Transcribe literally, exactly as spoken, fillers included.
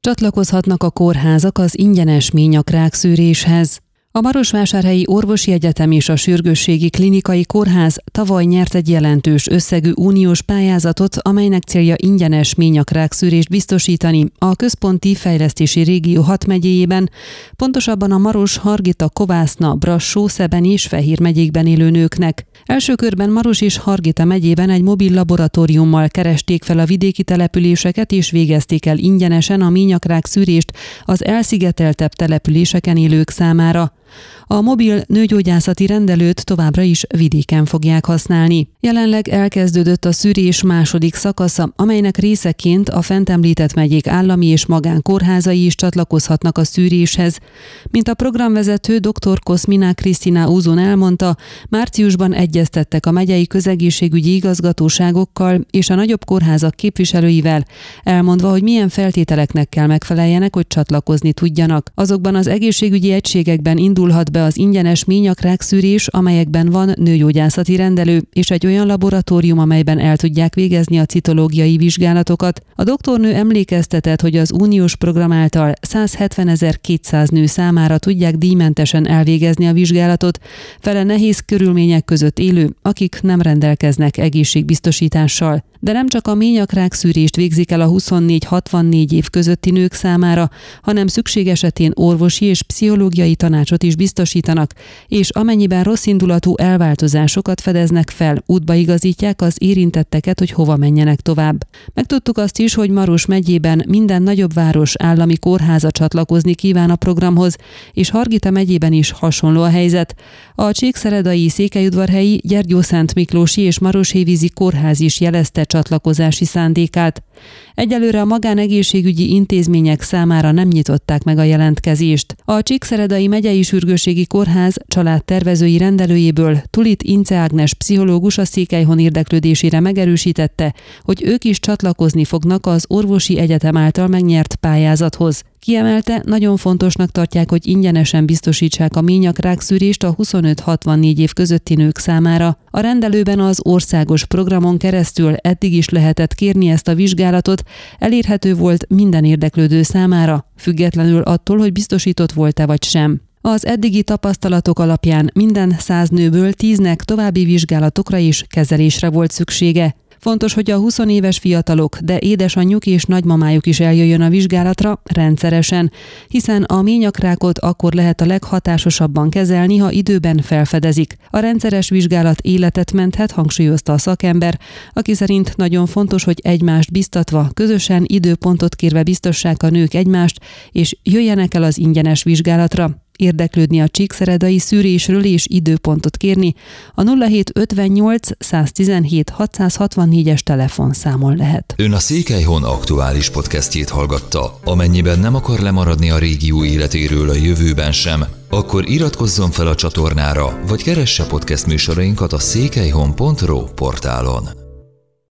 Csatlakozhatnak a kórházak az ingyenes ményakrák-szűréshez. A Marosvásárhelyi Orvosi Egyetem és a Sürgősségi Klinikai Kórház tavaly nyert egy jelentős összegű uniós pályázatot, amelynek célja ingyenes ményakrák-szűrést biztosítani a központi fejlesztési régió hat megyéjében, pontosabban a Maros, Hargita, Kovászna, Brassó, Szeben és Fehér megyékben élő nőknek. Első körben Maros és Hargita megyében egy mobil laboratóriummal keresték fel a vidéki településeket és végezték el ingyenesen a ményakrák-szűrést az elszigeteltebb településeken élők számára. A mobil nőgyógyászati rendelőt továbbra is vidéken fogják használni. Jelenleg elkezdődött a szűrés második szakasza, amelynek részeként a fent említett megyék állami és magánkórházai is csatlakozhatnak a szűréshez. Mint a programvezető dr. Koszminák Krisztina Uzun elmondta, márciusban egyeztettek a megyei közegészségügyi igazgatóságokkal és a nagyobb kórházak képviselőivel, elmondva, hogy milyen feltételeknek kell megfeleljenek, hogy csatlakozni tudjanak. Azokban az egészségügyi egységekben indulhat be az ingyenes ményakrák-szűrés, amelyekben van nőgyógyászati rendelő és egy olyan laboratórium, amelyben el tudják végezni a citológiai vizsgálatokat. A doktornő emlékeztetett, hogy az uniós program által százhetvenezer-kétszáz nő számára tudják díjmentesen elvégezni a vizsgálatot, fele nehéz körülmények között élő, akik nem rendelkeznek egészségbiztosítással. De nem csak a ményakrák-szűrést végzik el a huszonnégy-hatvannégy év közötti nők számára, hanem szükség esetén orvosi és pszichológiai tanácsot is biztosítanak, és amennyiben rosszindulatú elváltozásokat fedeznek fel, útba igazítják az érintetteket, hogy hova menjenek tovább. Megtudtuk azt is, hogy Maros megyében minden nagyobb város állami kórháza csatlakozni kíván a programhoz, és Hargita megyében is hasonló a helyzet. A Csíkszeredai, Székelyudvarhelyi, Gyergyószentmiklósi és Maroshévízi kórház is jelezte csatlakozási szándékát. Egyelőre a magánegészségügyi intézmények számára nem nyitották meg a jelentkezést. A Csíkszeredai megyei sürgősségi kórház családtervezői rendelőjéből Tulit Ince Ágnes pszichológus a Székelyhon érdeklődésére megerősítette, hogy ők is csatlakozni fognak az orvosi egyetem által megnyert pályázathoz. Kiemelte, nagyon fontosnak tartják, hogy ingyenesen biztosítsák a ményakrák-szűrést a huszonöt-hatvannégy év közötti nők számára. A rendelőben az országos programon keresztül eddig is lehetett kérni ezt a vizsgálatot, elérhető volt minden érdeklődő számára, függetlenül attól, hogy biztosított volt-e vagy sem. Az eddigi tapasztalatok alapján minden száz nőből tíznek további vizsgálatokra és kezelésre volt szüksége. Fontos, hogy a húsz éves fiatalok, de édesanyjuk és nagymamájuk is eljöjjön a vizsgálatra rendszeresen, hiszen a ményakrákot akkor lehet a leghatásosabban kezelni, ha időben felfedezik. A rendszeres vizsgálat életet menthet, hangsúlyozta a szakember, aki szerint nagyon fontos, hogy egymást biztatva, közösen időpontot kérve biztassák a nők egymást, és jöjjenek el az ingyenes vizsgálatra. Érdeklődni a csíkszeredai szűrésről és időpontot kérni a nulla hét ötvennyolc száztizenhét hatszázhatvannégyes telefonszámon lehet. Ön a Székelyhon aktuális podcastjét hallgatta. Amennyiben nem akar lemaradni a régió életéről a jövőben sem, akkor iratkozzon fel a csatornára, vagy keresse podcast műsorainkat a székelyhon pont ro portálon.